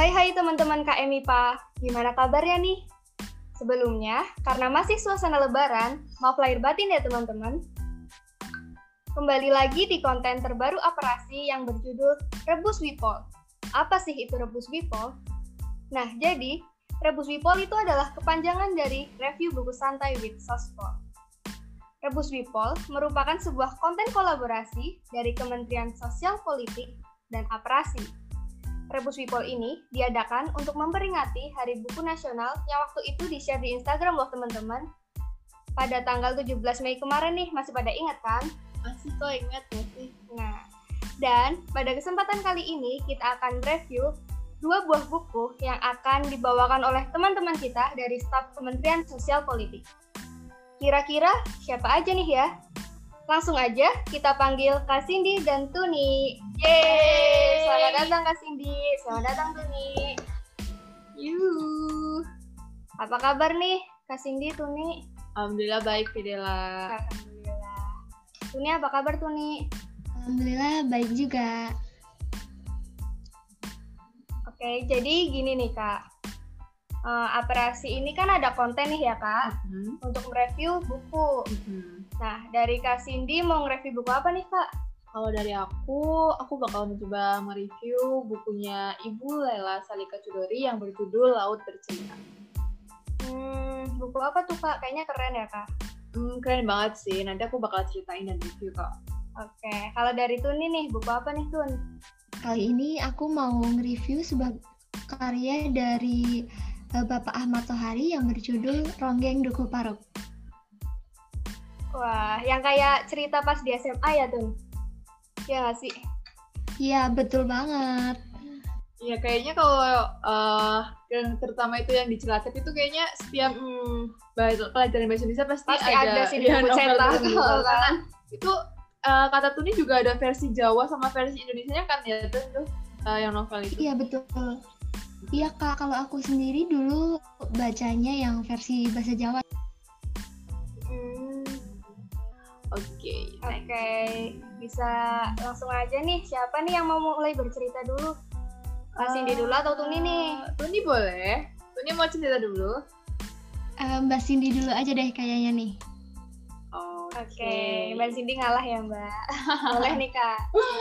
Hai teman-teman KMIPA, gimana kabarnya nih? Sebelumnya, karena masih suasana lebaran, maaf lahir batin ya teman-teman. Kembali lagi di konten terbaru Aperasi yang berjudul Rebus Wipol. Apa sih itu Rebus Wipol? Nah, jadi Rebus Wipol itu adalah kepanjangan dari Review Buku Santai with Sospol. Rebus Wipol merupakan sebuah konten kolaborasi dari Kementerian Sosial Politik dan Aperasi. Rebus Wipol ini diadakan untuk memperingati Hari Buku Nasional yang waktu itu di-share di Instagram loh teman-teman. Pada tanggal 17 Mei kemarin nih, masih pada ingat kan? Masih kok ingat masih. Nah, dan pada kesempatan kali ini kita akan review 2 buah buku yang akan dibawakan oleh teman-teman kita dari staf Kementerian Sosial Politik. Kira-kira siapa aja nih ya? Langsung aja kita panggil Kak Cindy dan Tuni. Yeay! Selamat datang Kak Cindy, selamat datang Tuni. Yuh. Apa kabar nih Kak Cindy, Tuni? Alhamdulillah baik, Fidela. Alhamdulillah. Tuni apa kabar Tuni? Alhamdulillah baik juga. Oke, jadi gini nih Kak. Aperasi ini kan ada konten nih ya Kak, untuk mereview buku. Nah, dari Kak Cindy mau nge-review buku apa nih Kak? Kalau dari aku bakal mencoba mereview bukunya Ibu Lela Salika Chudori yang berjudul Laut Bercerita. Buku apa tuh Kak? Kayaknya keren ya Kak? Keren banget sih, nanti aku bakal ceritain dan review Kak. Oke, kalau dari Tuni nih, buku apa nih Tun? Kali ini aku mau nge-review sebuah karya dari Bapak Ahmad Tohari yang berjudul Ronggeng Duku Paruk. Wah, yang kayak cerita pas di SMA ya Tun? Iya nggak sih? Iya, betul banget. Iya, kayaknya kalau yang terutama itu yang di Cilacap itu kayaknya setiap pelajaran bahasa Indonesia pasti ada sih di buku cetak. Karena itu kata Tuni juga ada versi Jawa sama versi Indonesianya kan ya tuh yang novel itu. Iya, betul. Iya Kak, kalau aku sendiri dulu bacanya yang versi bahasa Jawa. Oke, bisa langsung aja nih. Siapa nih yang mau mulai bercerita dulu? Kak Cindy dulu atau Tuni nih? Tuni boleh. Tuni mau cerita dulu? Mbak Cindy dulu aja deh kayaknya nih. Oke, Mbak Cindy ngalah ya Mbak. Boleh nih Kak.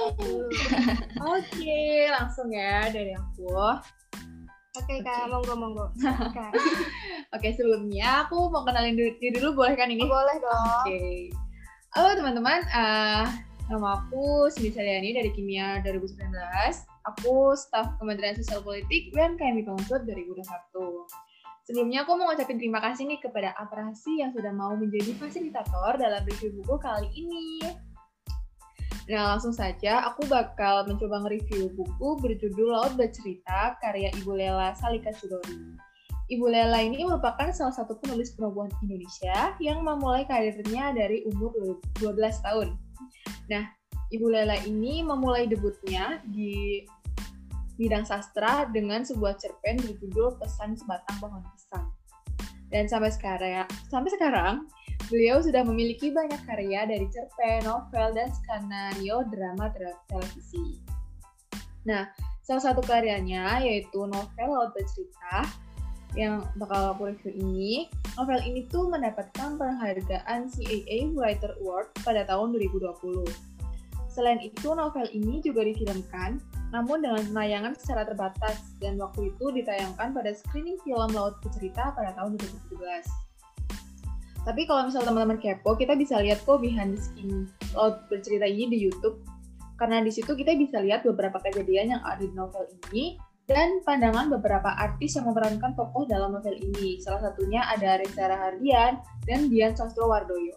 Oke, langsung ya dari aku. Oke Kak, monggo. Oke, sebelumnya aku mau kenalin diri dulu, boleh kan ini? Boleh dong. Oke. Halo teman-teman, nama aku Cindy Sariani dari Kimia 2019. Aku staf Kementerian Sosial Politik dan KMIPA Unsur 2021. Sebelumnya aku mau ngucapin terima kasih nih kepada Aperasi yang sudah mau menjadi fasilitator dalam review buku kali ini. Nah, langsung saja aku bakal mencoba nge-review buku berjudul Laut Bercerita karya Ibu Lela Salika Chudori. Ibu Lela ini merupakan salah satu penulis perempuan Indonesia yang memulai karirnya dari umur 12 tahun. Nah, Ibu Lela ini memulai debutnya di bidang sastra dengan sebuah cerpen berjudul Pesan Sebatang Pohon Pisang. Dan sampai sekarang, beliau sudah memiliki banyak karya dari cerpen, novel, dan skenario drama televisi. Nah, salah satu karyanya yaitu novel Laut Bercerita yang bakal aku review ini. Novel ini tuh mendapatkan penghargaan CAA Writer Award pada tahun 2020. Selain itu, novel ini juga difilmkan, namun dengan penayangan secara terbatas, dan waktu itu ditayangkan pada screening film Laut Bercerita pada tahun 2017. Tapi kalau misal teman-teman kepo, kita bisa lihat kok behind the scene Laut Bercerita ini di YouTube, karena di situ kita bisa lihat beberapa kejadian yang ada di novel ini, dan pandangan beberapa artis yang memerankan tokoh dalam novel ini. Salah satunya ada Reza Rahardian dan Dian Sastrowardoyo.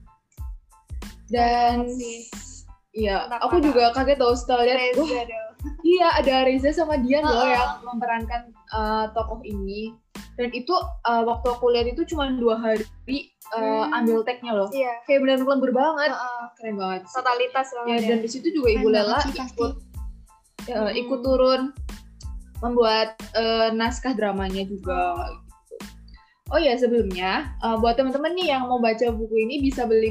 Dan iya, aku juga kaget tau setelah lihat. Iya, ada Reza sama Dian loh yang memerankan tokoh ini. Dan itu waktu aku lihat itu cuma 2 hari ambil tag-nya loh. Iya. Kayak benar-benar lembur banget. Keren banget. Totalitas banget ya. Dan di situ juga Ibu Lela ikut turun membuat naskah dramanya juga. Oh ya, sebelumnya buat teman-teman nih yang mau baca buku ini bisa beli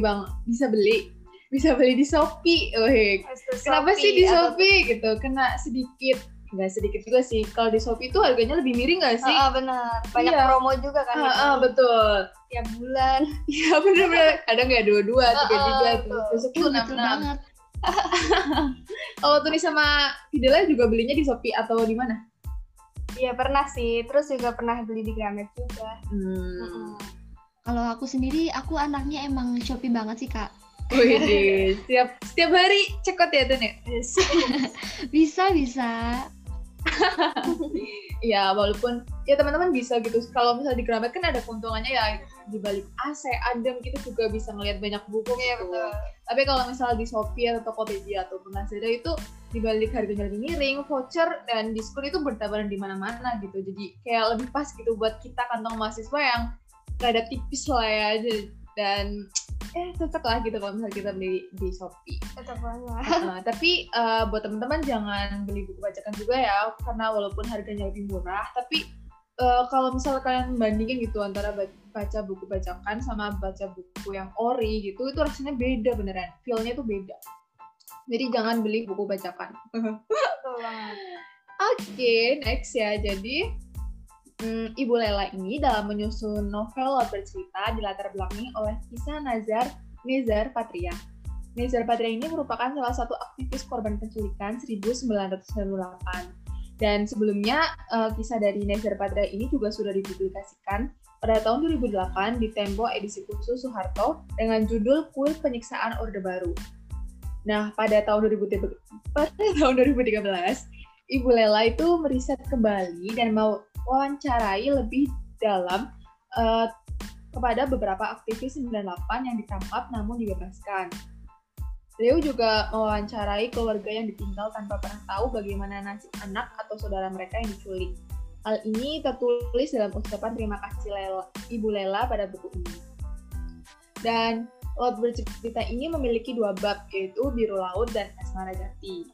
di Shopee. Kenapa sih di Shopee gitu? Kena sedikit nggak sedikit juga sih. Kalau di Shopee itu harganya lebih miring nggak sih? Benar. Banyak Iya. promo juga kan. Betul. Tiap bulan. Iya benar-benar. Kadang nggak 22, 33 tuh. Besok tuh Betul 66. banget. Kalau Tuni sama Fidela juga belinya di Shopee atau di mana? Iya pernah sih. Terus juga pernah beli di Gramet juga. Kalau aku sendiri, aku anaknya emang Shopee banget sih, Kak. Wih, setiap hari cekot ya Tun ya? Bisa. Ya walaupun ya teman-teman bisa gitu. Kalau misalnya di Gramet kan ada keuntungannya ya, di balik AC adem kita juga bisa ngelihat banyak buku. Iya gitu. betul. Tapi kalau misalnya di Shopee atau Tokopedia ataupun Lazada itu di balik harganya lebih miring, voucher dan diskon itu bertabaran di mana-mana gitu. Jadi kayak lebih pas gitu buat kita kantong mahasiswa yang rada tipis lah ya, dan cocok lah gitu kalau misalnya kita beli di Shopee. Cocok banget. Tapi buat teman-teman jangan beli buku bacakan juga ya, karena walaupun harganya lebih murah, tapi kalau misalnya kalian bandingin gitu antara baca buku bacakan sama baca buku yang ori gitu, itu rasanya beda beneran, feel-nya tuh beda. Jadi jangan beli buku bacakan. Betul banget. Oke, next ya. Jadi Ibu Lela ini dalam menyusun novel bercerita dilatar belakangi oleh kisah Nezar Patria. Nezar Patria ini merupakan salah satu aktivis korban penculikan 1998. Dan sebelumnya kisah dari Nezar Patria ini juga sudah dipublikasikan pada tahun 2008 di Tempo edisi khusus Soeharto dengan judul Kuil Penyiksaan Orde Baru. Nah, pada tahun 2013, Ibu Lela itu meriset kembali dan mewawancarai lebih dalam kepada beberapa aktivis 98 yang ditangkap namun dibebaskan. Beliau juga mewawancarai keluarga yang ditinggal tanpa pernah tahu bagaimana nasib anak atau saudara mereka yang diculik. Hal ini tertulis dalam ucapan terima kasih Ibu Lela pada buku ini. Dan Laut Bercerita ini memiliki 2 bab, yaitu Biru Laut dan Asmara Jati.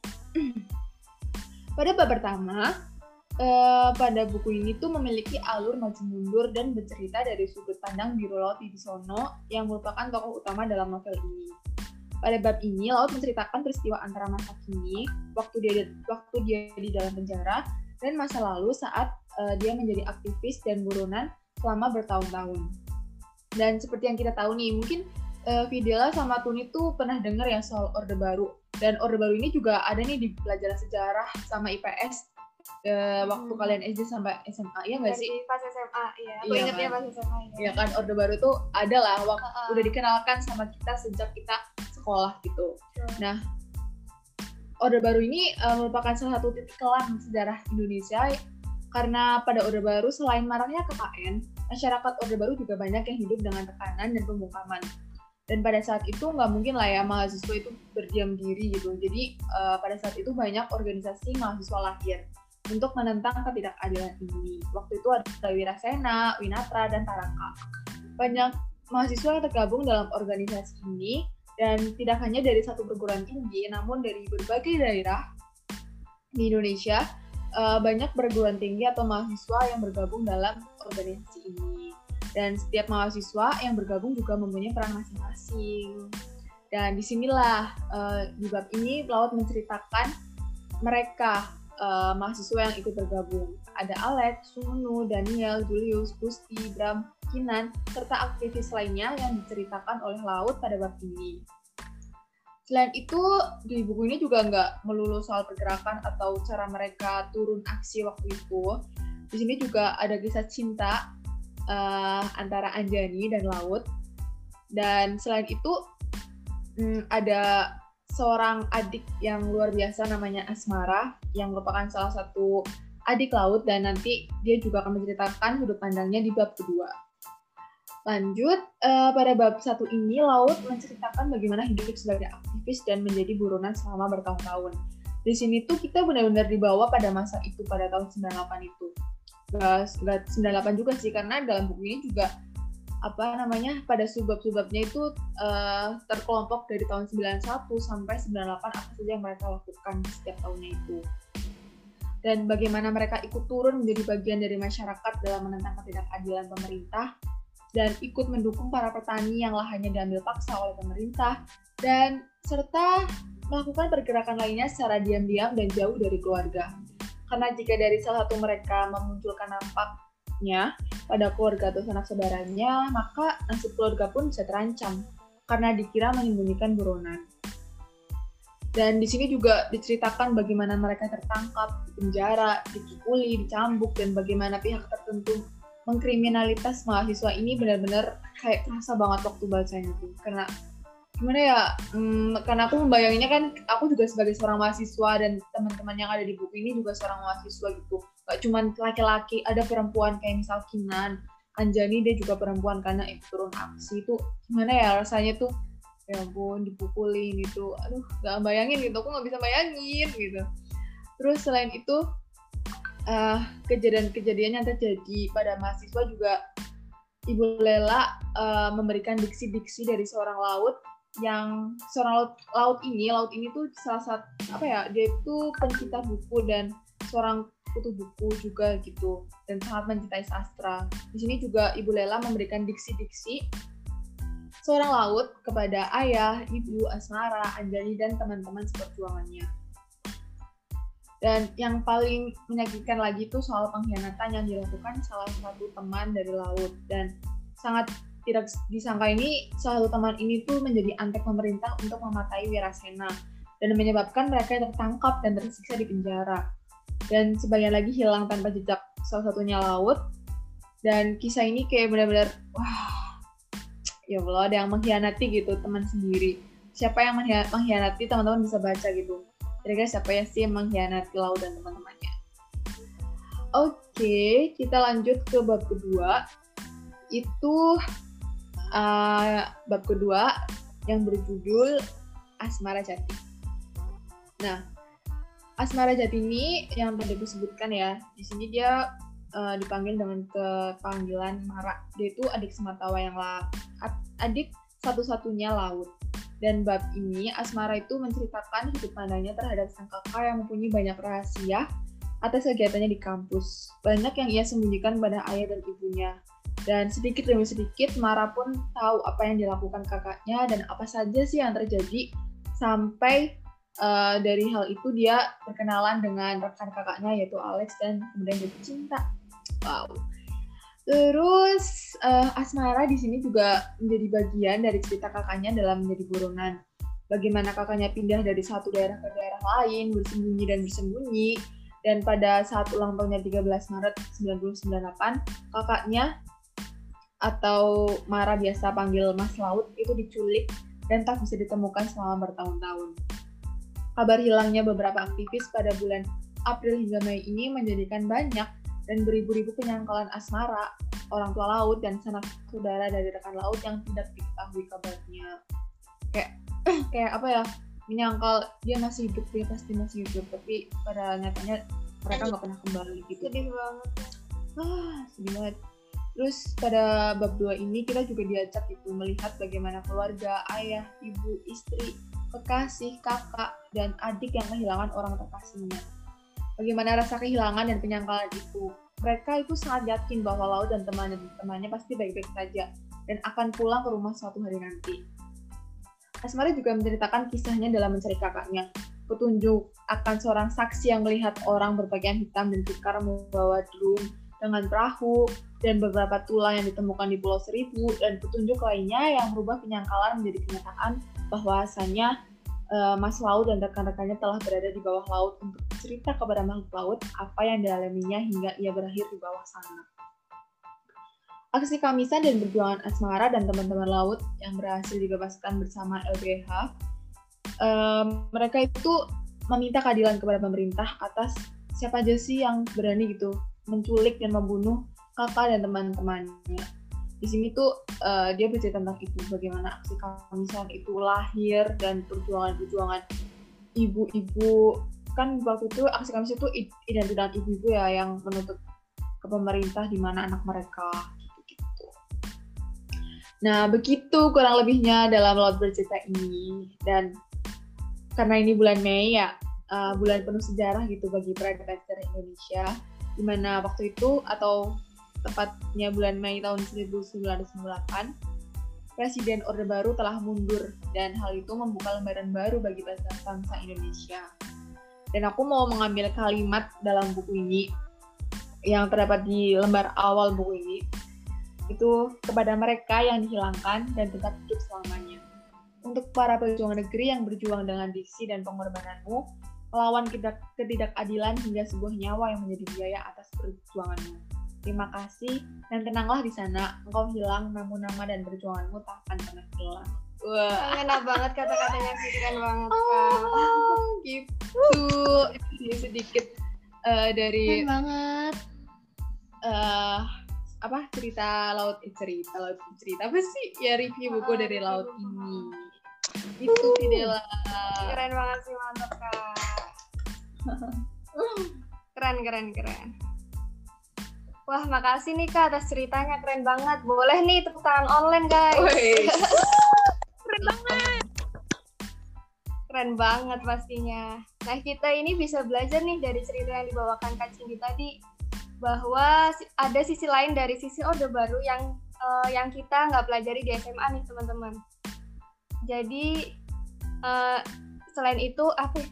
Pada bab pertama, pada buku ini tuh memiliki alur maju mundur dan bercerita dari sudut pandang Biru Laut Wibisono yang merupakan tokoh utama dalam novel ini. Pada bab ini, Laut menceritakan peristiwa antara masa kini, waktu dia di dalam penjara, dan masa lalu saat dia menjadi aktivis dan buronan selama bertahun-tahun. Dan seperti yang kita tahu nih, mungkin Fidela sama Tuni tuh pernah dengar ya soal Orde Baru. Dan Orde Baru ini juga ada nih di pelajaran sejarah sama IPS waktu kalian SD sampai SMA, ya nggak sih? Pas SMA, iya. Aku Iya ingatnya kan? pas SMA. Ya kan, Orde Baru tuh ada lah, udah dikenalkan sama kita sejak kita sekolah gitu. Nah, Orde Baru ini merupakan salah satu titik kelam sejarah Indonesia, karena pada Orde Baru selain maraknya KKN, masyarakat Orde Baru juga banyak yang hidup dengan tekanan dan pembungkaman. Dan pada saat itu nggak mungkin lah ya mahasiswa itu berdiam diri gitu. Jadi pada saat itu banyak organisasi mahasiswa lahir untuk menentang ketidakadilan ini. Waktu itu ada Wirasena, Winatra, dan Taraka. Banyak mahasiswa yang tergabung dalam organisasi ini, dan tidak hanya dari satu perguruan tinggi, namun dari berbagai daerah di Indonesia, banyak perguruan tinggi atau mahasiswa yang bergabung dalam organisasi ini. Dan setiap mahasiswa yang bergabung juga mempunyai peran masing-masing. Dan disinilah di bab ini Laut menceritakan mereka mahasiswa yang ikut bergabung. Ada Alex, Sunu, Daniel, Julius, Gusti, Bram, Kinan, serta aktivis lainnya yang diceritakan oleh Laut pada bab ini. Selain itu, di buku ini juga nggak melulu soal pergerakan atau cara mereka turun aksi waktu itu. Di sini juga ada kisah cinta antara Anjani dan Laut. Dan selain itu, ada seorang adik yang luar biasa namanya Asmara, yang merupakan salah satu adik Laut, dan nanti dia juga akan menceritakan sudut pandangnya di bab kedua. Lanjut, pada bab 1 ini Laut menceritakan bagaimana hidup sebagai aktivis dan menjadi buronan selama bertahun-tahun. Di sini tuh kita benar-benar dibawa pada masa itu, pada tahun 98 itu. Nggak 98 juga sih, karena dalam buku ini juga pada subbab-subbabnya itu terkelompok dari tahun 91 sampai 98 apa saja yang mereka lakukan setiap tahunnya itu. Dan bagaimana mereka ikut turun menjadi bagian dari masyarakat dalam menentang ketidakadilan pemerintah, dan ikut mendukung para petani yang lahannya diambil paksa oleh pemerintah, dan serta melakukan pergerakan lainnya secara diam-diam dan jauh dari keluarga. Karena jika dari salah satu mereka memunculkan nampaknya pada keluarga atau sanak saudaranya, maka nasib keluarga pun bisa terancam karena dikira menyembunyikan buronan. Dan di sini juga diceritakan bagaimana mereka tertangkap, dipenjara, dipukuli, dicambuk, dan bagaimana pihak tertentu mengkriminalitas mahasiswa ini. Benar-benar kayak terasa banget waktu bacanya tuh. Karena gimana ya, karena aku membayanginnya kan, aku juga sebagai seorang mahasiswa dan teman-teman yang ada di buku ini juga seorang mahasiswa gitu. Gak cuma laki-laki, ada perempuan kayak misal Kinan, Anjani, dia juga perempuan karena ikut turun aksi. Itu gimana ya rasanya tuh, ya ampun, dipukulin gitu, aduh gak bayangin gitu, aku gak bisa bayangin gitu. Terus selain itu kejadian-kejadian yang terjadi pada mahasiswa juga Ibu Lela memberikan diksi-diksi dari seorang laut laut ini tuh salah satu dia itu pencinta buku dan seorang kutu buku juga gitu, dan sangat mencintai sastra. Di sini juga Ibu Lela memberikan diksi-diksi seorang laut kepada ayah, ibu, Asmara, Anjani, dan teman-teman seperjuangannya. Dan yang paling menyakitkan lagi itu soal pengkhianatan yang dilakukan salah satu teman dari laut. Dan sangat tidak disangka ini, salah satu teman ini tuh menjadi antek pemerintah untuk mematai Wirasena dan menyebabkan mereka tertangkap dan tersiksa di penjara. Dan sebagian lagi hilang tanpa jejak, salah satunya laut. Dan kisah ini kayak benar-benar, wah, ya Allah, ada yang mengkhianati gitu teman sendiri. Siapa yang mengkhianati, teman-teman bisa baca gitu. Kira-kira siapa ya sih yang mengkhianati laut dan teman-temannya. Oke, kita lanjut ke bab kedua. Itu bab kedua yang berjudul Asmara Jati. Nah, Asmara Jati ini yang tadi aku sebutkan ya. Di sini dia dipanggil dengan panggilan Mara. Dia itu adik sematawayang adik satu-satunya laut. Dan bab ini Asmara itu menceritakan sudut pandangnya terhadap sang kakak yang mempunyai banyak rahasia atas kegiatannya di kampus. Banyak yang ia sembunyikan pada ayah dan ibunya. Dan sedikit demi sedikit Mara pun tahu apa yang dilakukan kakaknya dan apa saja sih yang terjadi, sampai dari hal itu dia berkenalan dengan rekan kakaknya yaitu Alex dan kemudian jatuh cinta. Wow. Terus Asmara di sini juga menjadi bagian dari cerita kakaknya dalam menjadi buronan. Bagaimana kakaknya pindah dari satu daerah ke daerah lain, bersembunyi. Dan pada saat ulang tahunnya 13 Maret 1998, kakaknya atau Mara biasa panggil Mas Laut itu diculik dan tak bisa ditemukan selama bertahun-tahun. Kabar hilangnya beberapa aktivis pada bulan April hingga Mei ini menjadikan banyak dan beribu-ribu penyangkalan Asmara, orang tua laut, dan sanak saudara dari rekan laut yang tidak diketahui kabarnya. Kayak apa ya, menyangkal dia masih hidup, dia pasti masih hidup, tapi pada nyatanya mereka nggak pernah kembali gitu. Sedih banget. Sedih banget. Terus pada bab 2 ini kita juga diajak gitu melihat bagaimana keluarga, ayah, ibu, istri, kekasih, kakak, dan adik yang kehilangan orang terkasihnya. Bagaimana rasa kehilangan dan penyangkalan itu. Mereka itu sangat yakin bahwa Laut dan teman-temannya pasti baik-baik saja dan akan pulang ke rumah suatu hari nanti. Asmara juga menceritakan kisahnya dalam mencari kakaknya. Petunjuk akan seorang saksi yang melihat orang berpakaian hitam dan kekar membawa drum dengan perahu, dan beberapa tulang yang ditemukan di Pulau Seribu, dan petunjuk lainnya yang merubah penyangkalan menjadi kenyataan bahwasanya Mas Laut dan rekan-rekannya telah berada di bawah laut untuk cerita kepada makhluk laut apa yang dialaminya hingga ia berakhir di bawah sana. Aksi kamisan dan perjuangan Asmara dan teman-teman laut yang berhasil dibebaskan bersama LBH, mereka itu meminta keadilan kepada pemerintah atas siapa aja sih yang berani gitu menculik dan membunuh kakak dan teman-temannya. Di sini tuh dia bercerita tentang itu, bagaimana aksi kamisan itu lahir dan perjuangan ibu-ibu. Kan waktu itu aksi kamisan itu identitas ibu-ibu ya yang menuntut ke pemerintah di mana anak mereka gitu. Nah, begitu kurang lebihnya dalam Laut Bercerita ini. Dan karena ini bulan Mei ya, bulan penuh sejarah gitu bagi peradaban sejarah Indonesia, di mana waktu itu atau tepatnya bulan Mei tahun 1998, Presiden Orde Baru telah mundur dan hal itu membuka lembaran baru bagi bangsa Indonesia. Dan aku mau mengambil kalimat dalam buku ini yang terdapat di lembar awal buku ini. Itu kepada mereka yang dihilangkan dan tetap hidup selamanya. Untuk para pejuang negeri yang berjuang dengan diksi dan pengorbananmu, melawan ketidakadilan hingga sebuah nyawa yang menjadi biaya atas perjuanganmu. Terima kasih dan tenanglah di sana. Engkau hilang, namun nama dan perjuanganmu tak akan pernah hilang. Wah, Enak banget kata-katanya, keren banget Kak. Gitu. Ini sedikit dari Keren banget. cerita apa sih ya, review buku dari laut ini. Itu Fidela. Keren banget sih, mantap Kak. Keren. Wah, makasih nih Kak atas ceritanya, keren banget. Boleh nih tepuk tangan online guys. Keren banget pastinya. Nah, kita ini bisa belajar nih dari cerita yang dibawakan Kak Cindy tadi, bahwa ada sisi lain dari sisi Orde Baru yang kita nggak pelajari di SMA nih teman-teman. Jadi selain itu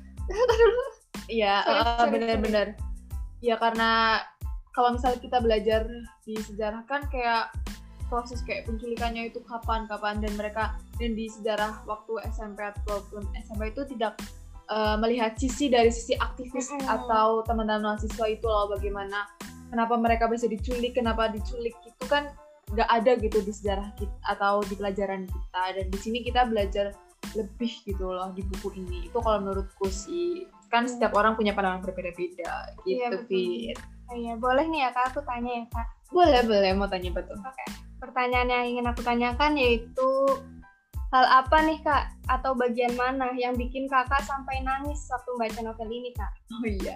Iya, benar-benar. Ya karena kalau misalnya kita belajar di sejarah kan kayak proses kayak penculikannya itu kapan dan di sejarah waktu SMP atau SMP itu tidak melihat dari sisi aktivis atau teman-teman mahasiswa itu loh, bagaimana kenapa mereka bisa diculik itu kan nggak ada gitu di sejarah kita atau di pelajaran kita, dan di sini kita belajar lebih gitu loh di buku ini. Itu kalau menurutku sih, kan setiap orang punya pandangan berbeda-beda gitu, Fit. Iya, boleh nih ya Kak, aku tanya ya Kak. Boleh, mau tanya betul. Oke. Pertanyaan yang ingin aku tanyakan yaitu, hal apa nih Kak, atau bagian mana yang bikin Kakak sampai nangis waktu membaca novel ini Kak? Oh iya,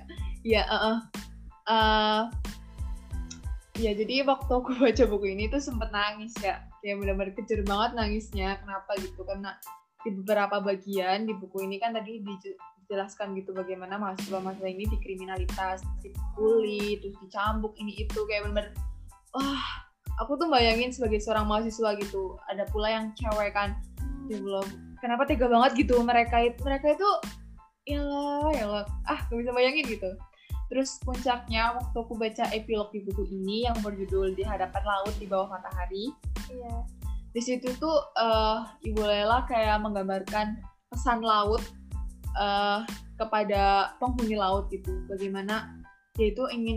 ya jadi waktu aku baca buku ini tuh sempet nangis ya, kayak benar-benar kejer banget nangisnya. Kenapa gitu? Karena di beberapa bagian di buku ini kan tadi dijelaskan gitu bagaimana mahasiswa-mahasiswa ini dikriminalitas, dibully, terus dicambuk ini itu, kayak benar-benar aku tuh bayangin sebagai seorang mahasiswa gitu. Ada pula yang cewek kan, dia belum, kenapa tega banget gitu mereka itu ya gak bisa bayangin gitu. Terus puncaknya waktu aku baca epilog di buku ini yang berjudul Di Hadapan Laut di Bawah Matahari. Iya. Di situ tuh Ibu Lela kayak menggambarkan pesan laut kepada penghuni laut gitu. Bagaimana dia itu ingin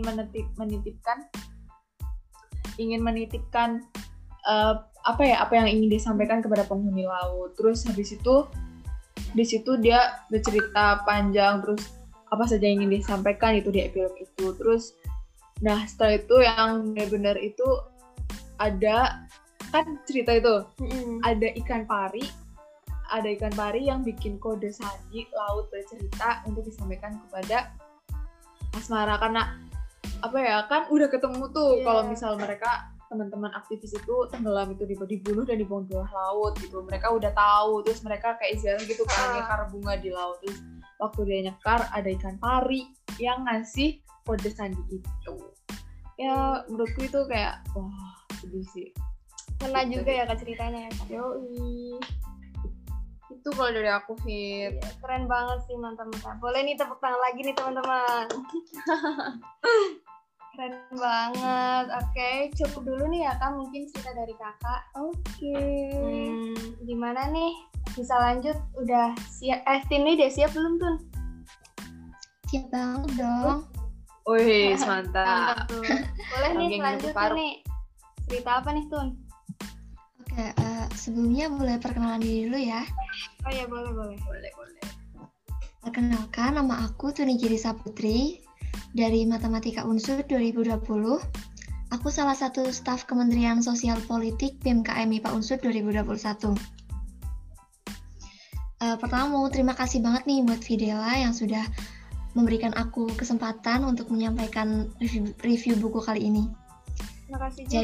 menitipkan apa yang ingin disampaikan kepada penghuni laut. Terus habis itu di situ dia bercerita panjang terus apa saja yang ingin disampaikan itu di epilog itu. Terus setelah itu yang benar-benar itu ada kan cerita itu ada ikan pari yang bikin kode sandi laut bercerita untuk disampaikan kepada Asmara, karena kan udah ketemu tuh kalau misal mereka teman-teman aktivis itu tenggelam itu dibunuh dan dibuang di bawah laut gitu. Mereka udah tahu, terus mereka kayak jalan gitu kan nyekar bunga di laut. Terus waktu dia nyekar ada ikan pari yang ngasih kode sandi itu. Ya menurutku itu kayak sedih sih. Kena juga ya Kak ceritanya ya Kak. Yoi. Itu kalau dari aku, Fit. Iya, keren banget sih, mantap. Boleh nih tepuk tangan lagi nih teman-teman. Keren banget. Oke, cukup dulu nih ya Kak, mungkin cerita dari Kakak. Oke. Gimana nih? Bisa lanjut? Udah siap? Tim ini udah siap belum, Tun? Siap banget dong. Wih, mantap. Tuh. Boleh nih lanjut nih. Cerita apa nih, Tun? Oke, sebelumnya boleh perkenalan diri dulu ya. Oh ya, boleh. Perkenalkan, nama aku Tuni Jirisa Putri dari Matematika Unsur 2020. Aku salah satu staf Kementerian Sosial Politik BMKM IPA Unsur 2021. Pertama mau terima kasih banget nih buat Fidela yang sudah memberikan aku kesempatan untuk menyampaikan review buku kali ini. Terima kasih juga.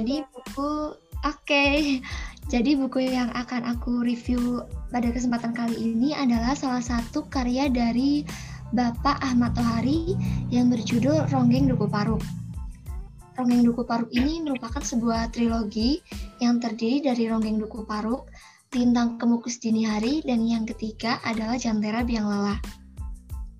Jadi buku yang akan aku review pada kesempatan kali ini adalah salah satu karya dari Bapak Ahmad Tohari yang berjudul Ronggeng Duku Paruk. Ronggeng Duku Paruk ini merupakan sebuah trilogi yang terdiri dari Ronggeng Duku Paruk, Lintang Kemukus Dini Hari, dan yang ketiga adalah Jantera Biang Lala.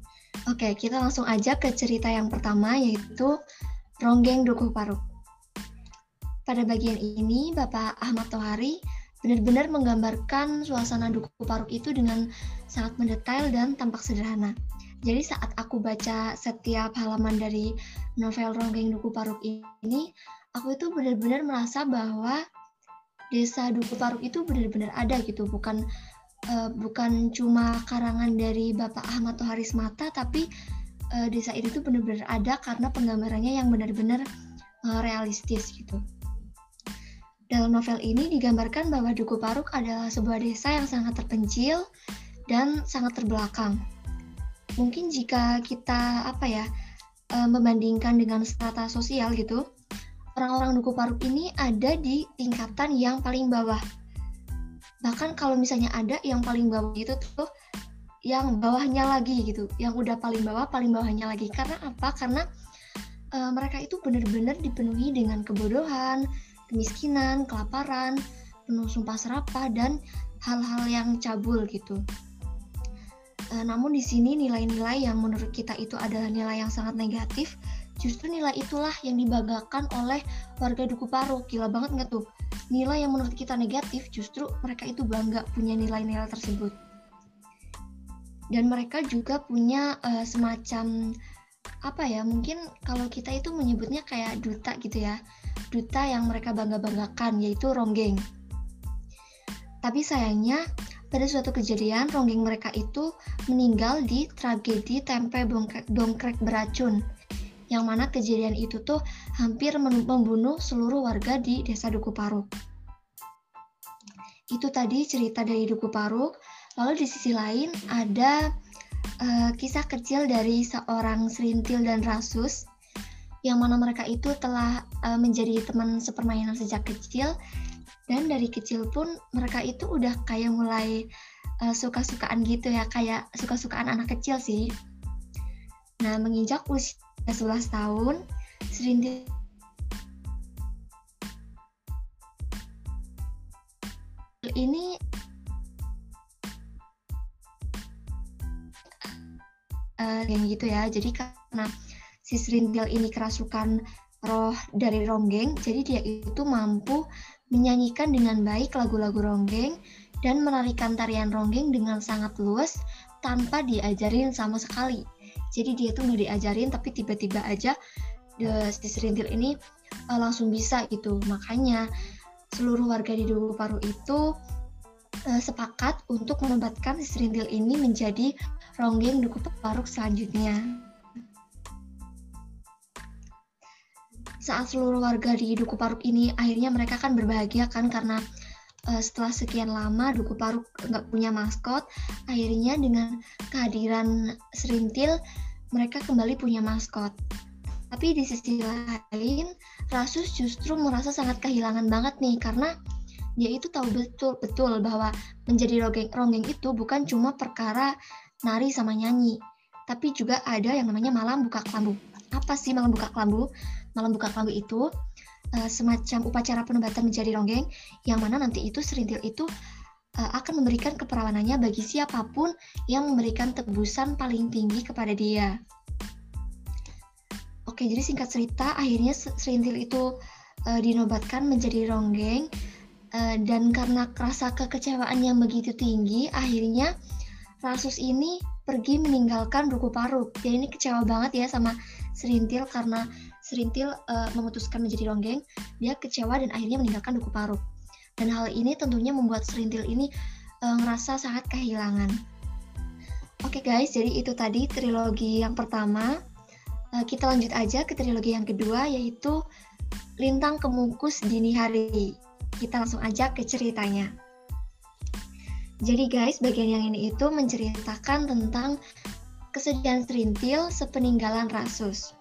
Oke, kita langsung aja ke cerita yang pertama, yaitu Ronggeng Dukuh Paruk. Pada bagian ini, Bapak Ahmad Tohari benar-benar menggambarkan suasana Dukuh Paruk itu dengan sangat mendetail dan tampak sederhana. Jadi saat aku baca setiap halaman dari novel Ronggeng Dukuh Paruk ini, aku itu benar-benar merasa bahwa desa Dukuh Paruk itu benar-benar ada gitu, bukan cuma karangan dari Bapak Ahmad Tohari semata, tapi desa itu tuh benar-benar ada karena penggambarannya yang benar-benar realistis gitu. Dalam novel ini digambarkan bahwa Dukuh Paruk adalah sebuah desa yang sangat terpencil dan sangat terbelakang. Mungkin jika kita membandingkan dengan strata sosial gitu, orang-orang Dukuh Paruk ini ada di tingkatan yang paling bawah. Bahkan kalau misalnya ada yang paling bawah itu tuh yang bawahnya lagi gitu, yang udah paling bawahnya lagi. Karena apa? Karena mereka itu benar-benar dipenuhi dengan kebodohan, kemiskinan, kelaparan, penuh sumpah serapah, dan hal-hal yang cabul gitu. Namun di sini nilai-nilai yang menurut kita itu adalah nilai yang sangat negatif, justru nilai itulah yang dibanggakan oleh warga Dukuh Paruk. Gila banget nggak tuh? Nilai yang menurut kita negatif, justru mereka itu bangga punya nilai-nilai tersebut. Dan mereka juga punya semacam mungkin kalau kita itu menyebutnya kayak duta gitu ya, duta yang mereka bangga-banggakan, yaitu Ronggeng. Tapi sayangnya pada suatu kejadian Ronggeng mereka itu meninggal di tragedi tempe dongkrek beracun, yang mana kejadian itu tuh hampir membunuh seluruh warga di desa Dukuh Paruk. Itu tadi cerita dari Dukuh Paruk. Lalu di sisi lain ada kisah kecil dari seorang Serintil dan Rasus, yang mana mereka itu telah menjadi teman sepermainan sejak kecil, dan dari kecil pun mereka itu udah kayak mulai suka-sukaan gitu ya, kayak suka-sukaan anak kecil sih. Nah, menginjak usia 11 tahun, Serintil ini yang gitu ya. Jadi karena si Serintil ini kerasukan roh dari Ronggeng, jadi dia itu mampu menyanyikan dengan baik lagu-lagu Ronggeng dan menarikan tarian Ronggeng dengan sangat luas tanpa diajarin sama sekali. Jadi dia tuh nggak diajarin, tapi tiba-tiba aja si Serintil ini langsung bisa gitu. Makanya seluruh warga di Dukuh Paruk itu sepakat untuk menobatkan si Serintil ini menjadi Ronggeng Dukuh Paruk selanjutnya. Saat seluruh warga di Dukuh Paruk ini akhirnya mereka kan berbahagia kan, karena setelah sekian lama Dukuh Paruk nggak punya maskot, akhirnya dengan kehadiran Serintil mereka kembali punya maskot. Tapi di sisi lain Rasus justru merasa sangat kehilangan banget nih, karena dia itu tahu betul bahwa menjadi Ronggeng itu bukan cuma perkara nari sama nyanyi, tapi juga ada yang namanya malam buka kelambu. Apa sih malam buka kelambu? Malam buka kelambu itu semacam upacara penobatan menjadi Ronggeng, yang mana nanti itu Serintil itu akan memberikan keperawanannya bagi siapapun yang memberikan tebusan paling tinggi kepada dia. Oke, jadi singkat cerita, akhirnya Serintil itu dinobatkan menjadi Ronggeng, dan karena rasa kekecewaan yang begitu tinggi, akhirnya Rasus ini pergi meninggalkan Dukuh Paruk. Dia ini kecewa banget ya sama Serintil, karena Serintil memutuskan menjadi Ronggeng. Dia kecewa dan akhirnya meninggalkan Dukuh Paruk. Dan hal ini tentunya membuat Serintil ini ngerasa sangat kehilangan. Oke guys, jadi itu tadi trilogi yang pertama. Kita lanjut aja ke trilogi yang kedua, yaitu Lintang Kemungkus Dini Hari. Kita langsung aja ke ceritanya. Jadi guys, bagian yang ini itu menceritakan tentang kesedihan Serintil sepeninggalan Rasus.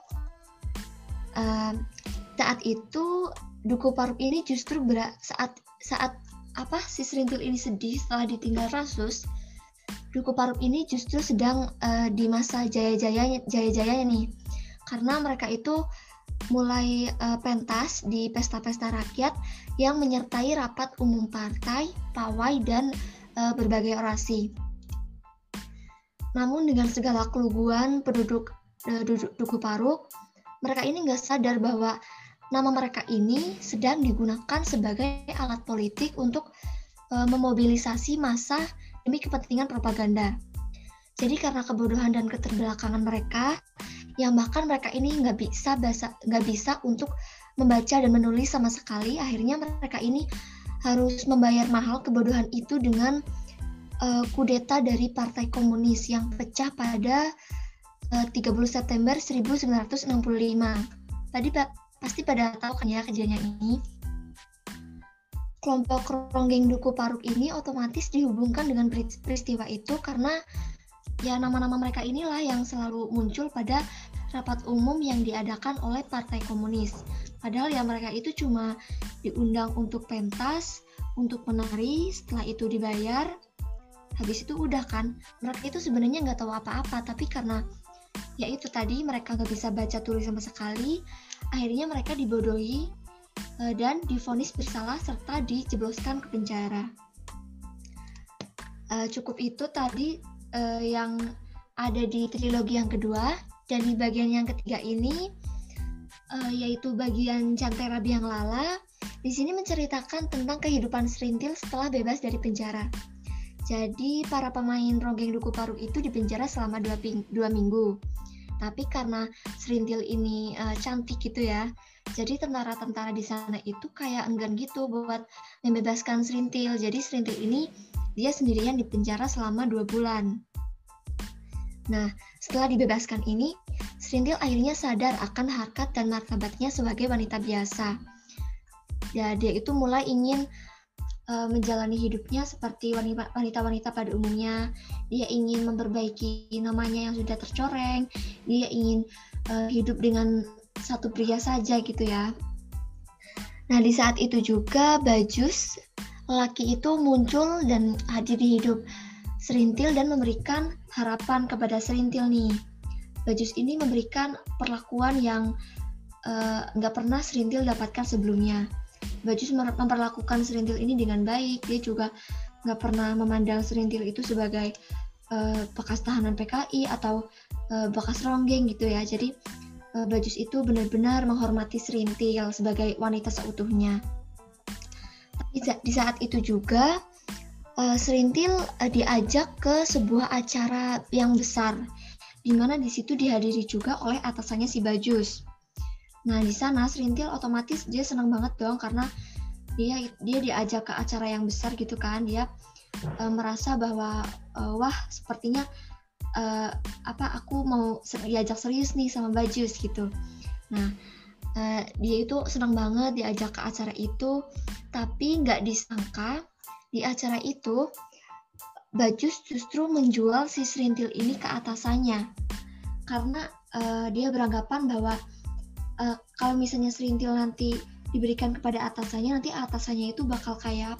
Saat itu Dukuh Paruk ini justru saat si Serintil ini sedih setelah ditinggal Rasus, Dukuh Paruk ini justru sedang di masa jaya-jayanya nih, karena mereka itu mulai pentas di pesta-pesta rakyat yang menyertai rapat umum partai, pawai, dan berbagai orasi. Namun dengan segala keluguan penduduk Duku Paruk, mereka ini nggak sadar bahwa nama mereka ini sedang digunakan sebagai alat politik untuk memobilisasi massa demi kepentingan propaganda. Jadi karena kebodohan dan keterbelakangan mereka, yang bahkan mereka ini nggak bisa untuk membaca dan menulis sama sekali, akhirnya mereka ini harus membayar mahal kebodohan itu dengan kudeta dari Partai Komunis yang pecah pada 30 September 1965. Tadi pasti pada tahu kan ya kejadian ini. Kelompok Ronggeng Duku Paruk ini otomatis dihubungkan dengan peristiwa itu karena ya nama-nama mereka inilah yang selalu muncul pada rapat umum yang diadakan oleh Partai Komunis. Padahal ya mereka itu cuma diundang untuk pentas, untuk menari, setelah itu dibayar. Habis itu udah kan, mereka itu sebenarnya nggak tahu apa-apa, tapi karena ya itu tadi mereka nggak bisa baca tulis sama sekali, akhirnya mereka dibodohi dan divonis bersalah serta dijebloskan ke penjara. Cukup itu tadi yang ada di trilogi yang kedua, dan di bagian yang ketiga ini yaitu bagian Cantera Biang Lala. Di sini menceritakan tentang kehidupan Serintil setelah bebas dari penjara. Jadi para pemain Ronggeng Duku Paruk itu dipenjara selama 2 minggu. Tapi karena Serintil ini cantik gitu ya, jadi tentara-tentara di sana itu kayak enggan gitu buat membebaskan Serintil. Jadi Serintil ini dia sendirian di penjara selama 2 bulan. Nah, setelah dibebaskan ini, Serintil akhirnya sadar akan harkat dan martabatnya sebagai wanita biasa. Ya, dia itu mulai ingin menjalani hidupnya seperti wanita-wanita pada umumnya. Dia ingin memperbaiki namanya yang sudah tercoreng. Dia ingin hidup dengan satu pria saja gitu ya. Nah, di saat itu juga Bajus, lelaki itu muncul dan hadir di hidup Serintil dan memberikan harapan kepada Serintil nih. Bajus ini memberikan perlakuan yang nggak pernah Serintil dapatkan sebelumnya. Bajus memperlakukan Serintil ini dengan baik. Dia juga nggak pernah memandang Serintil itu sebagai bekas tahanan PKI atau bekas ronggeng gitu ya. Jadi Bajus itu benar-benar menghormati Serintil sebagai wanita seutuhnya. Tapi di saat itu juga Serintil diajak ke sebuah acara yang besar, di mana di situ dihadiri juga oleh atasannya si Bajus. Nah, di sana Serintil otomatis dia senang banget dong karena dia diajak ke acara yang besar gitu kan. Dia merasa bahwa wah sepertinya aku mau diajak serius nih sama Bajus gitu. Nah, dia itu senang banget diajak ke acara itu, tapi nggak disangka di acara itu Bajus justru menjual si Serintil ini ke atasannya karena dia beranggapan bahwa kalau misalnya Serintil nanti diberikan kepada atasannya, nanti atasannya itu bakal kayak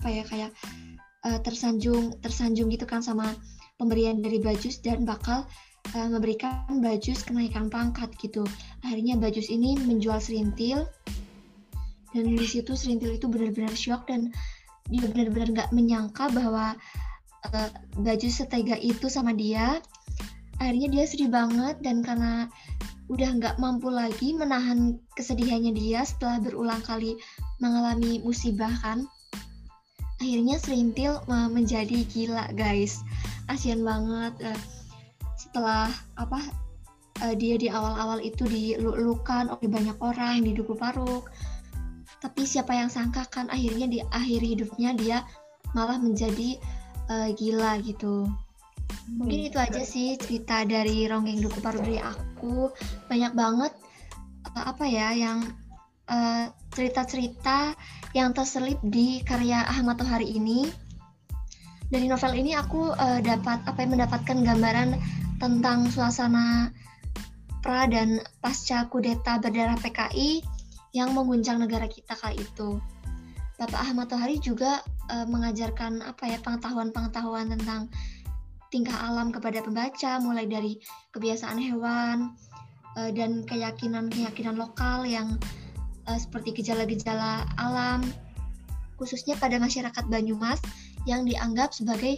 tersanjung gitu kan sama pemberian dari Bajus dan bakal memberikan Bajus kenaikan pangkat gitu. Akhirnya Bajus ini menjual Serintil dan di situ Serintil itu benar-benar shock dan dia benar-benar nggak menyangka bahwa Bajus setega itu sama dia. Akhirnya dia sedih banget dan karena udah nggak mampu lagi menahan kesedihannya dia setelah berulang kali mengalami musibah kan, akhirnya Serintil menjadi gila guys. Kasian banget setelah dia di awal-awal itu dilukan oleh banyak orang di Duku Paruk, tapi siapa yang sangka kan akhirnya di akhir hidupnya dia malah menjadi gila gitu. Mungkin itu aja sih cerita dari Ronggeng Duku Paruk dari aku. Banyak banget yang cerita-cerita yang terselip di karya Ahmad Tohari ini. Dari novel ini aku mendapatkan gambaran tentang suasana pra dan pasca kudeta berdarah PKI yang mengguncang negara kita kali itu. Bapak Ahmad Tohari juga mengajarkan pengetahuan-pengetahuan tentang tingkah alam kepada pembaca, mulai dari kebiasaan hewan dan keyakinan lokal yang seperti gejala-gejala alam, khususnya pada masyarakat Banyumas yang dianggap sebagai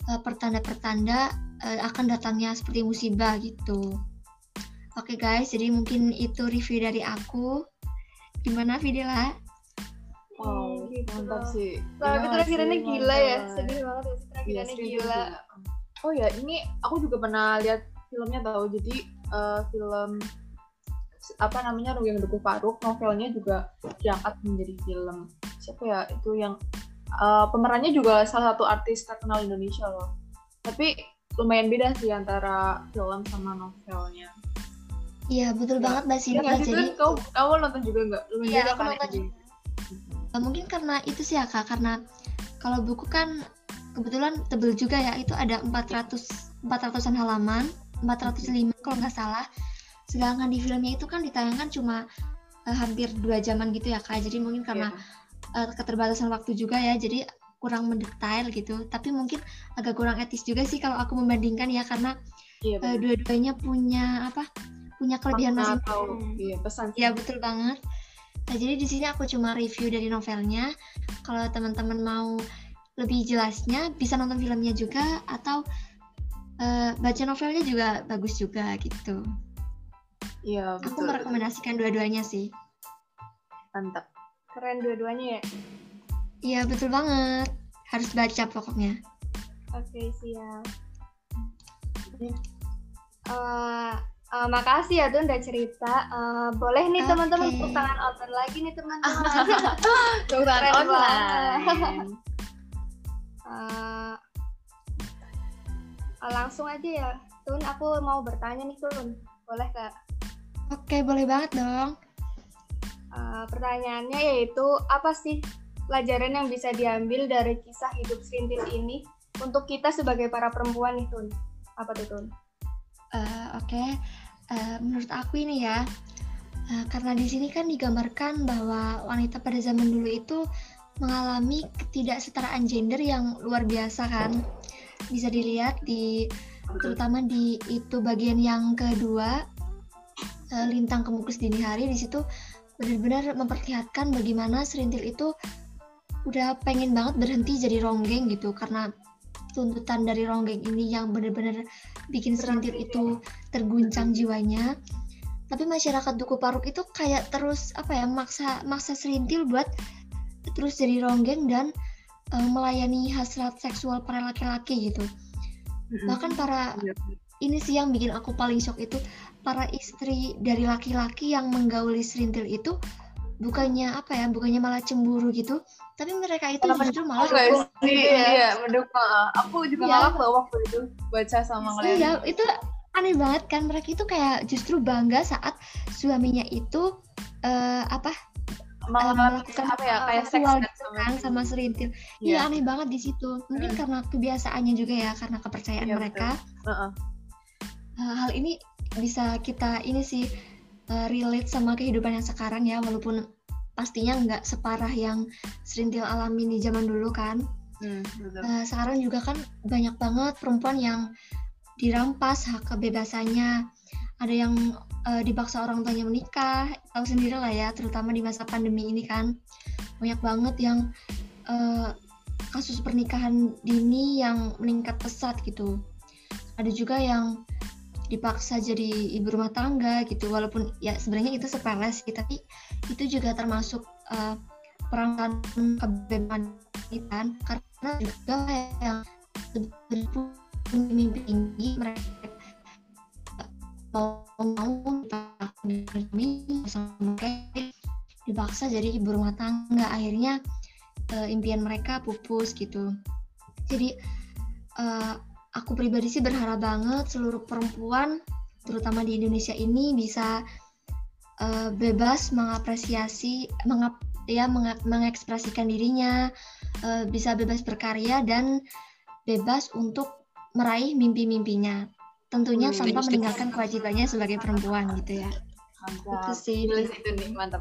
pertanda-pertanda akan datangnya seperti musibah gitu. Oke guys, jadi mungkin itu review dari aku. Gimana Videla? Wow, gitu. mantap sih. Tapi Gila traktirannya sih, gila ya, mantap. sedih banget ya sih traktirannya Iya, gila. Oh ya, ini aku juga pernah lihat filmnya tahu. Jadi film apa namanya Rongeng Dukuh Paruk, novelnya juga diangkat menjadi film. Siapa ya itu yang pemerannya juga salah satu artis terkenal Indonesia loh. Tapi lumayan beda sih antara film sama novelnya. Iya betul banget Mbak Sinta. Iya, Jadi kamu nonton juga nggak? iya aku nonton juga. Mungkin karena itu sih ya Kak, karena kalau buku kan kebetulan tebel juga ya, itu ada 400-an halaman, 405 kalau nggak salah. Sedangkan di filmnya itu kan ditayangkan cuma hampir 2 jaman gitu ya Kak. Jadi mungkin karena keterbatasan waktu juga ya, jadi kurang mendetail gitu. Tapi mungkin agak kurang etis juga sih kalau aku membandingkan ya, karena dua-duanya punya kelebihan masing-masing. Iya, pesan. Ya betul banget. Nah, jadi di sini aku cuma review dari novelnya. Kalau teman-teman mau lebih jelasnya bisa nonton filmnya juga, atau baca novelnya juga bagus juga gitu. Iya, betul. Aku merekomendasikan dua-duanya sih. Mantap. Keren dua-duanya ya. Iya betul banget. Harus baca pokoknya. Oke, siap. Makasih ya Tun udah cerita. Boleh nih teman-teman tepuk tangan online lagi nih teman-teman. Tepuk tangan online. Langsung aja ya Tun, aku mau bertanya nih Tun. Boleh Kak? Oke, boleh banget dong. Pertanyaannya yaitu, apa sih pelajaran yang bisa diambil dari kisah hidup Serintil ini untuk kita sebagai para perempuan nih Tun? Apa tuh Tun? Oke. Menurut aku ini ya, karena di sini kan digambarkan bahwa wanita pada zaman dulu itu mengalami ketidaksetaraan gender yang luar biasa kan. Bisa dilihat terutama di itu bagian yang kedua, Lintang Kemukus Dini Hari. Di situ benar-benar memperlihatkan bagaimana Serintil itu udah pengen banget berhenti jadi ronggeng gitu, karena tuntutan dari ronggeng ini yang benar-benar bikin Serintil itu terguncang jiwanya. Tapi masyarakat Dukuh Paruk itu kayak terus maksa Serintil buat terus jadi ronggeng dan melayani hasrat seksual para laki-laki gitu. Bahkan ini sih yang bikin aku paling shock itu, para istri dari laki-laki yang menggauli Serintil itu bukannya malah cemburu gitu, tapi mereka itu justru malah mendukung. Aku juga ngalak loh waktu itu baca sama ngeliat. Iya, itu aneh banget kan, mereka itu kayak justru bangga saat suaminya itu melakukan kayak seksual gitu kan sama Serintil. Iya, aneh banget di situ. Mungkin karena kebiasaannya juga ya, karena kepercayaan mereka. Hal ini bisa kita relate sama kehidupan yang sekarang ya, walaupun pastinya nggak separah yang Serintil alami di zaman dulu kan. Sekarang juga kan banyak banget perempuan yang dirampas hak kebebasannya, ada yang dipaksa orang tuanya menikah, tahu sendiri lah ya, terutama di masa pandemi ini kan banyak banget yang kasus pernikahan dini yang meningkat pesat gitu. Ada juga yang dipaksa jadi ibu rumah tangga gitu, walaupun ya sebenarnya itu sepele sih, tapi itu juga termasuk perangkat kebebasan kan, karena juga yang mimpi tinggi mereka mau dipaksa jadi ibu rumah tangga, akhirnya impian mereka pupus gitu. Jadi aku pribadi sih berharap banget seluruh perempuan, terutama di Indonesia ini, bisa bebas mengekspresikan dirinya, bisa bebas berkarya dan bebas untuk meraih mimpi-mimpinya. Tentunya tanpa meninggalkan kewajibannya sebagai perempuan gitu ya. Mantap. Itu sih. Itu nih, mantap.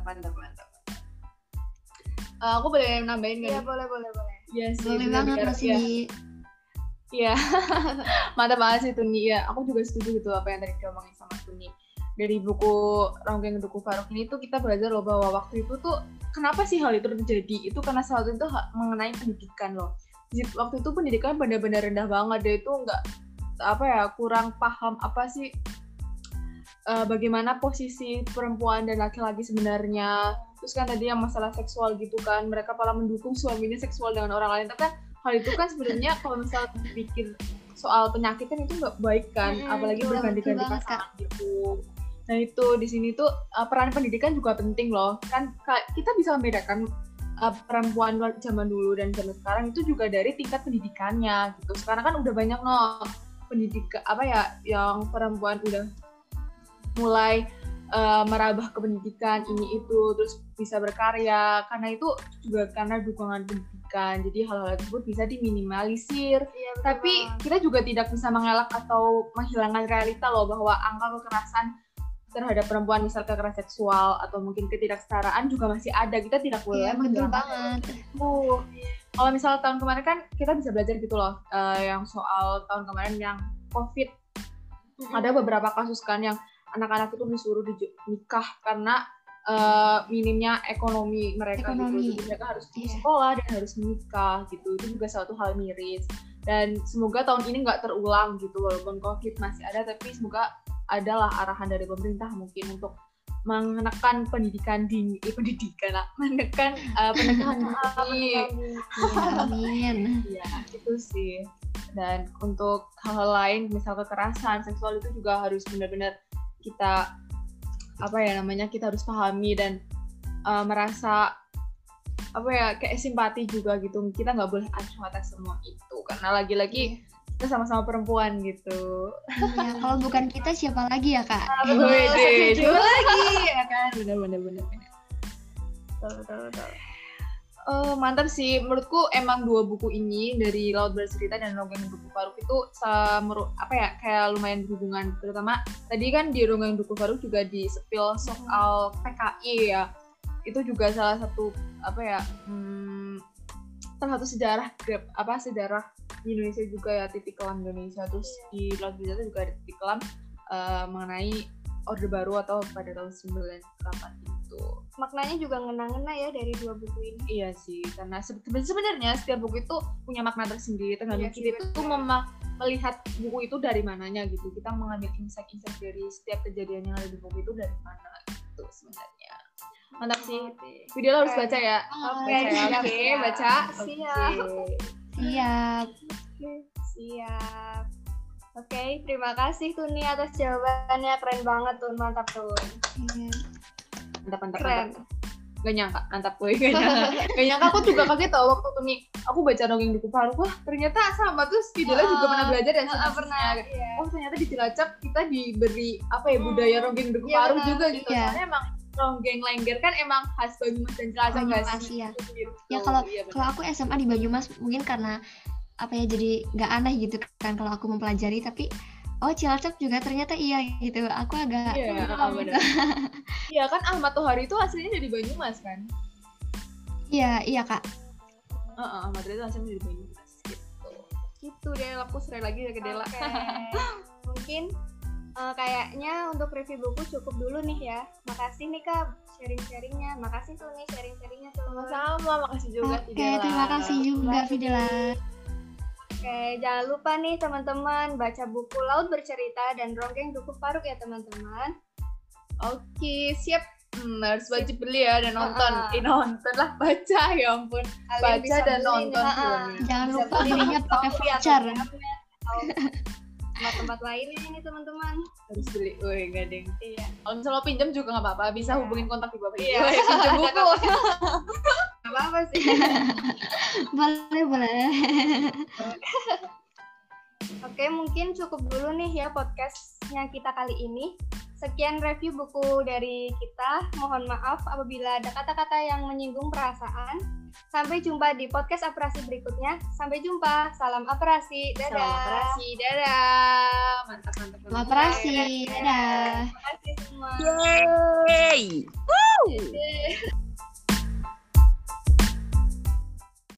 Aku boleh nambahin nggak? Iya, boleh. Iya sih. Boleh banget Mas Cindy. Iya, mantap banget sih Tuni. Ya, aku juga setuju gitu apa yang tadi diomongin sama Tuni. Dari buku Ronggeng Dukuh Paruk ini tuh kita belajar loh bahwa waktu itu tuh kenapa sih hal itu terjadi? Itu karena salah satu itu mengenai pendidikan loh. waktu itu pendidikan benar-benar rendah banget, dia itu nggak kurang paham apa sih bagaimana posisi perempuan dan laki-laki sebenarnya. Terus kan tadi yang masalah seksual gitu kan, mereka malah mendukung suaminya seksual dengan orang lain. Tapi kan hal itu kan sebenarnya kalau misal pikir soal penyakit kan itu nggak baik kan, apalagi berganti-ganti pasangan gitu. Nah itu di sini tuh peran pendidikan juga penting loh. Kan kita bisa membedakan perempuan zaman dulu dan zaman sekarang itu juga dari tingkat pendidikannya gitu. Sekarang kan udah banyak pendidikan yang perempuan udah mulai merambah ke pendidikan ini itu, terus bisa berkarya, karena itu juga karena dukungan pendidikan. Jadi hal-hal tersebut bisa diminimalisir. Iya, tapi kita juga tidak bisa mengelak atau menghilangkan realita loh, bahwa angka kekerasan terhadap perempuan, misal kekerasan seksual atau mungkin ketidaksetaraan juga masih ada. Kita tidak boleh menghilangkan itu. Kalau misal tahun kemarin kan kita bisa belajar gitu loh, yang soal tahun kemarin yang COVID, ada beberapa kasus kan yang anak-anak itu disuruh nikah karena minimnya ekonomi mereka gitu. Jadi mereka harus sekolah dan harus menikah gitu. Itu juga suatu hal miris. Dan semoga tahun ini nggak terulang gitu, walaupun COVID masih ada, tapi semoga adalah arahan dari pemerintah mungkin untuk menekan pendidikan dini, menekan penekanan Amin. Ya, itu sih. Dan untuk hal-hal lain, misal kekerasan seksual itu juga harus benar-benar kita kita harus pahami dan merasa kayak simpati juga gitu. Kita nggak boleh acuh atas semua itu, karena lagi-lagi kita sama-sama perempuan gitu. Iya, kalau bukan kita siapa lagi ya kak? Setuju lagi ya kan, benar. Betul. Mantap sih, menurutku emang dua buku ini dari Laut Bercerita dan Dongeng Duku Faruk itu kayak lumayan berhubungan. Terutama tadi kan di Dongeng Duku Faruk juga di-spill soal PKI ya. Itu juga salah satu salah satu sejarah di Indonesia juga ya, titik kelam Indonesia. Terus di Laut Bercerita juga ada titik kelam mengenai Orde Baru atau pada tahun 98 itu. Maknanya juga ngena-ngena ya dari dua buku ini. Iya sih, karena sebenarnya setiap buku itu punya makna tersendiri. Tergantung kita itu melihat buku itu dari mananya gitu. Kita mengambil insight-insight dari setiap kejadian yang ada di buku itu dari mana gitu sebenarnya. Mantap sih. Video harus baca ya. Oke, baca. Siap. Oke, terima kasih Tuni atas jawabannya, keren banget Tun, mantap Tun. Mantap. Keren. Gak nyangka, mantap gue. Gak nyangka, aku juga kaget tau waktu Tuni. Aku baca Dongeng Duku Faruk, wah ternyata sama. Terus Videla juga pernah belajar dan pernah. Oh ternyata di Cilacap kita diberi budaya Dongeng Duku Faruk juga gitu. Soalnya emang Dongeng Lengger kan emang khas Banyumas dan Cilacap nggak sih? Ya kalau aku SMA di Banyumas mungkin karena jadi nggak aneh gitu kan kalau aku mempelajari, tapi Cilacap juga ternyata iya gitu. Aku agak benar. Iya kan Ahmad Tohari itu aslinya dari Banyumas kan? Iya kak. Ahmad Tohari itu aslinya dari Banyumas gitu deh. Aku sering lagi ke Dela. Mungkin kayaknya untuk review buku cukup dulu nih ya. Makasih nih Kak sharing-sharingnya. Makasih tuh nih sharing-sharingnya tuh. Sama-sama, makasih juga Videla. Terima kasih juga Videla. Oke, jangan lupa nih teman-teman baca buku Laut Bercerita dan Dongeng Duku Faruk ya teman-teman. Oke, siap. Harus wajib beli ya dan nonton. Nonton lah, baca ya ampun. Baca dan nonton filmnya. Jangan lupa belinya pakai voucher. Tempat-tempat lainnya ini teman-teman. Harus beli, enggak deng. Iya. Kalau misalnya mau pinjam juga nggak apa-apa, bisa hubungin kontak di bawah. Iya, pinjam buku. Nggak apa-apa sih. Boleh. Oke, mungkin cukup dulu nih ya podcastnya kita kali ini. Sekian review buku dari kita. Mohon maaf apabila ada kata-kata yang menyinggung perasaan. Sampai jumpa di podcast Aprasi berikutnya. Sampai jumpa. Salam Aprasi. Dadah. Salam Aprasi. Dadah. Mantap. Salam Aprasi. Dadah. Terima kasih semua. Yeay. Woo.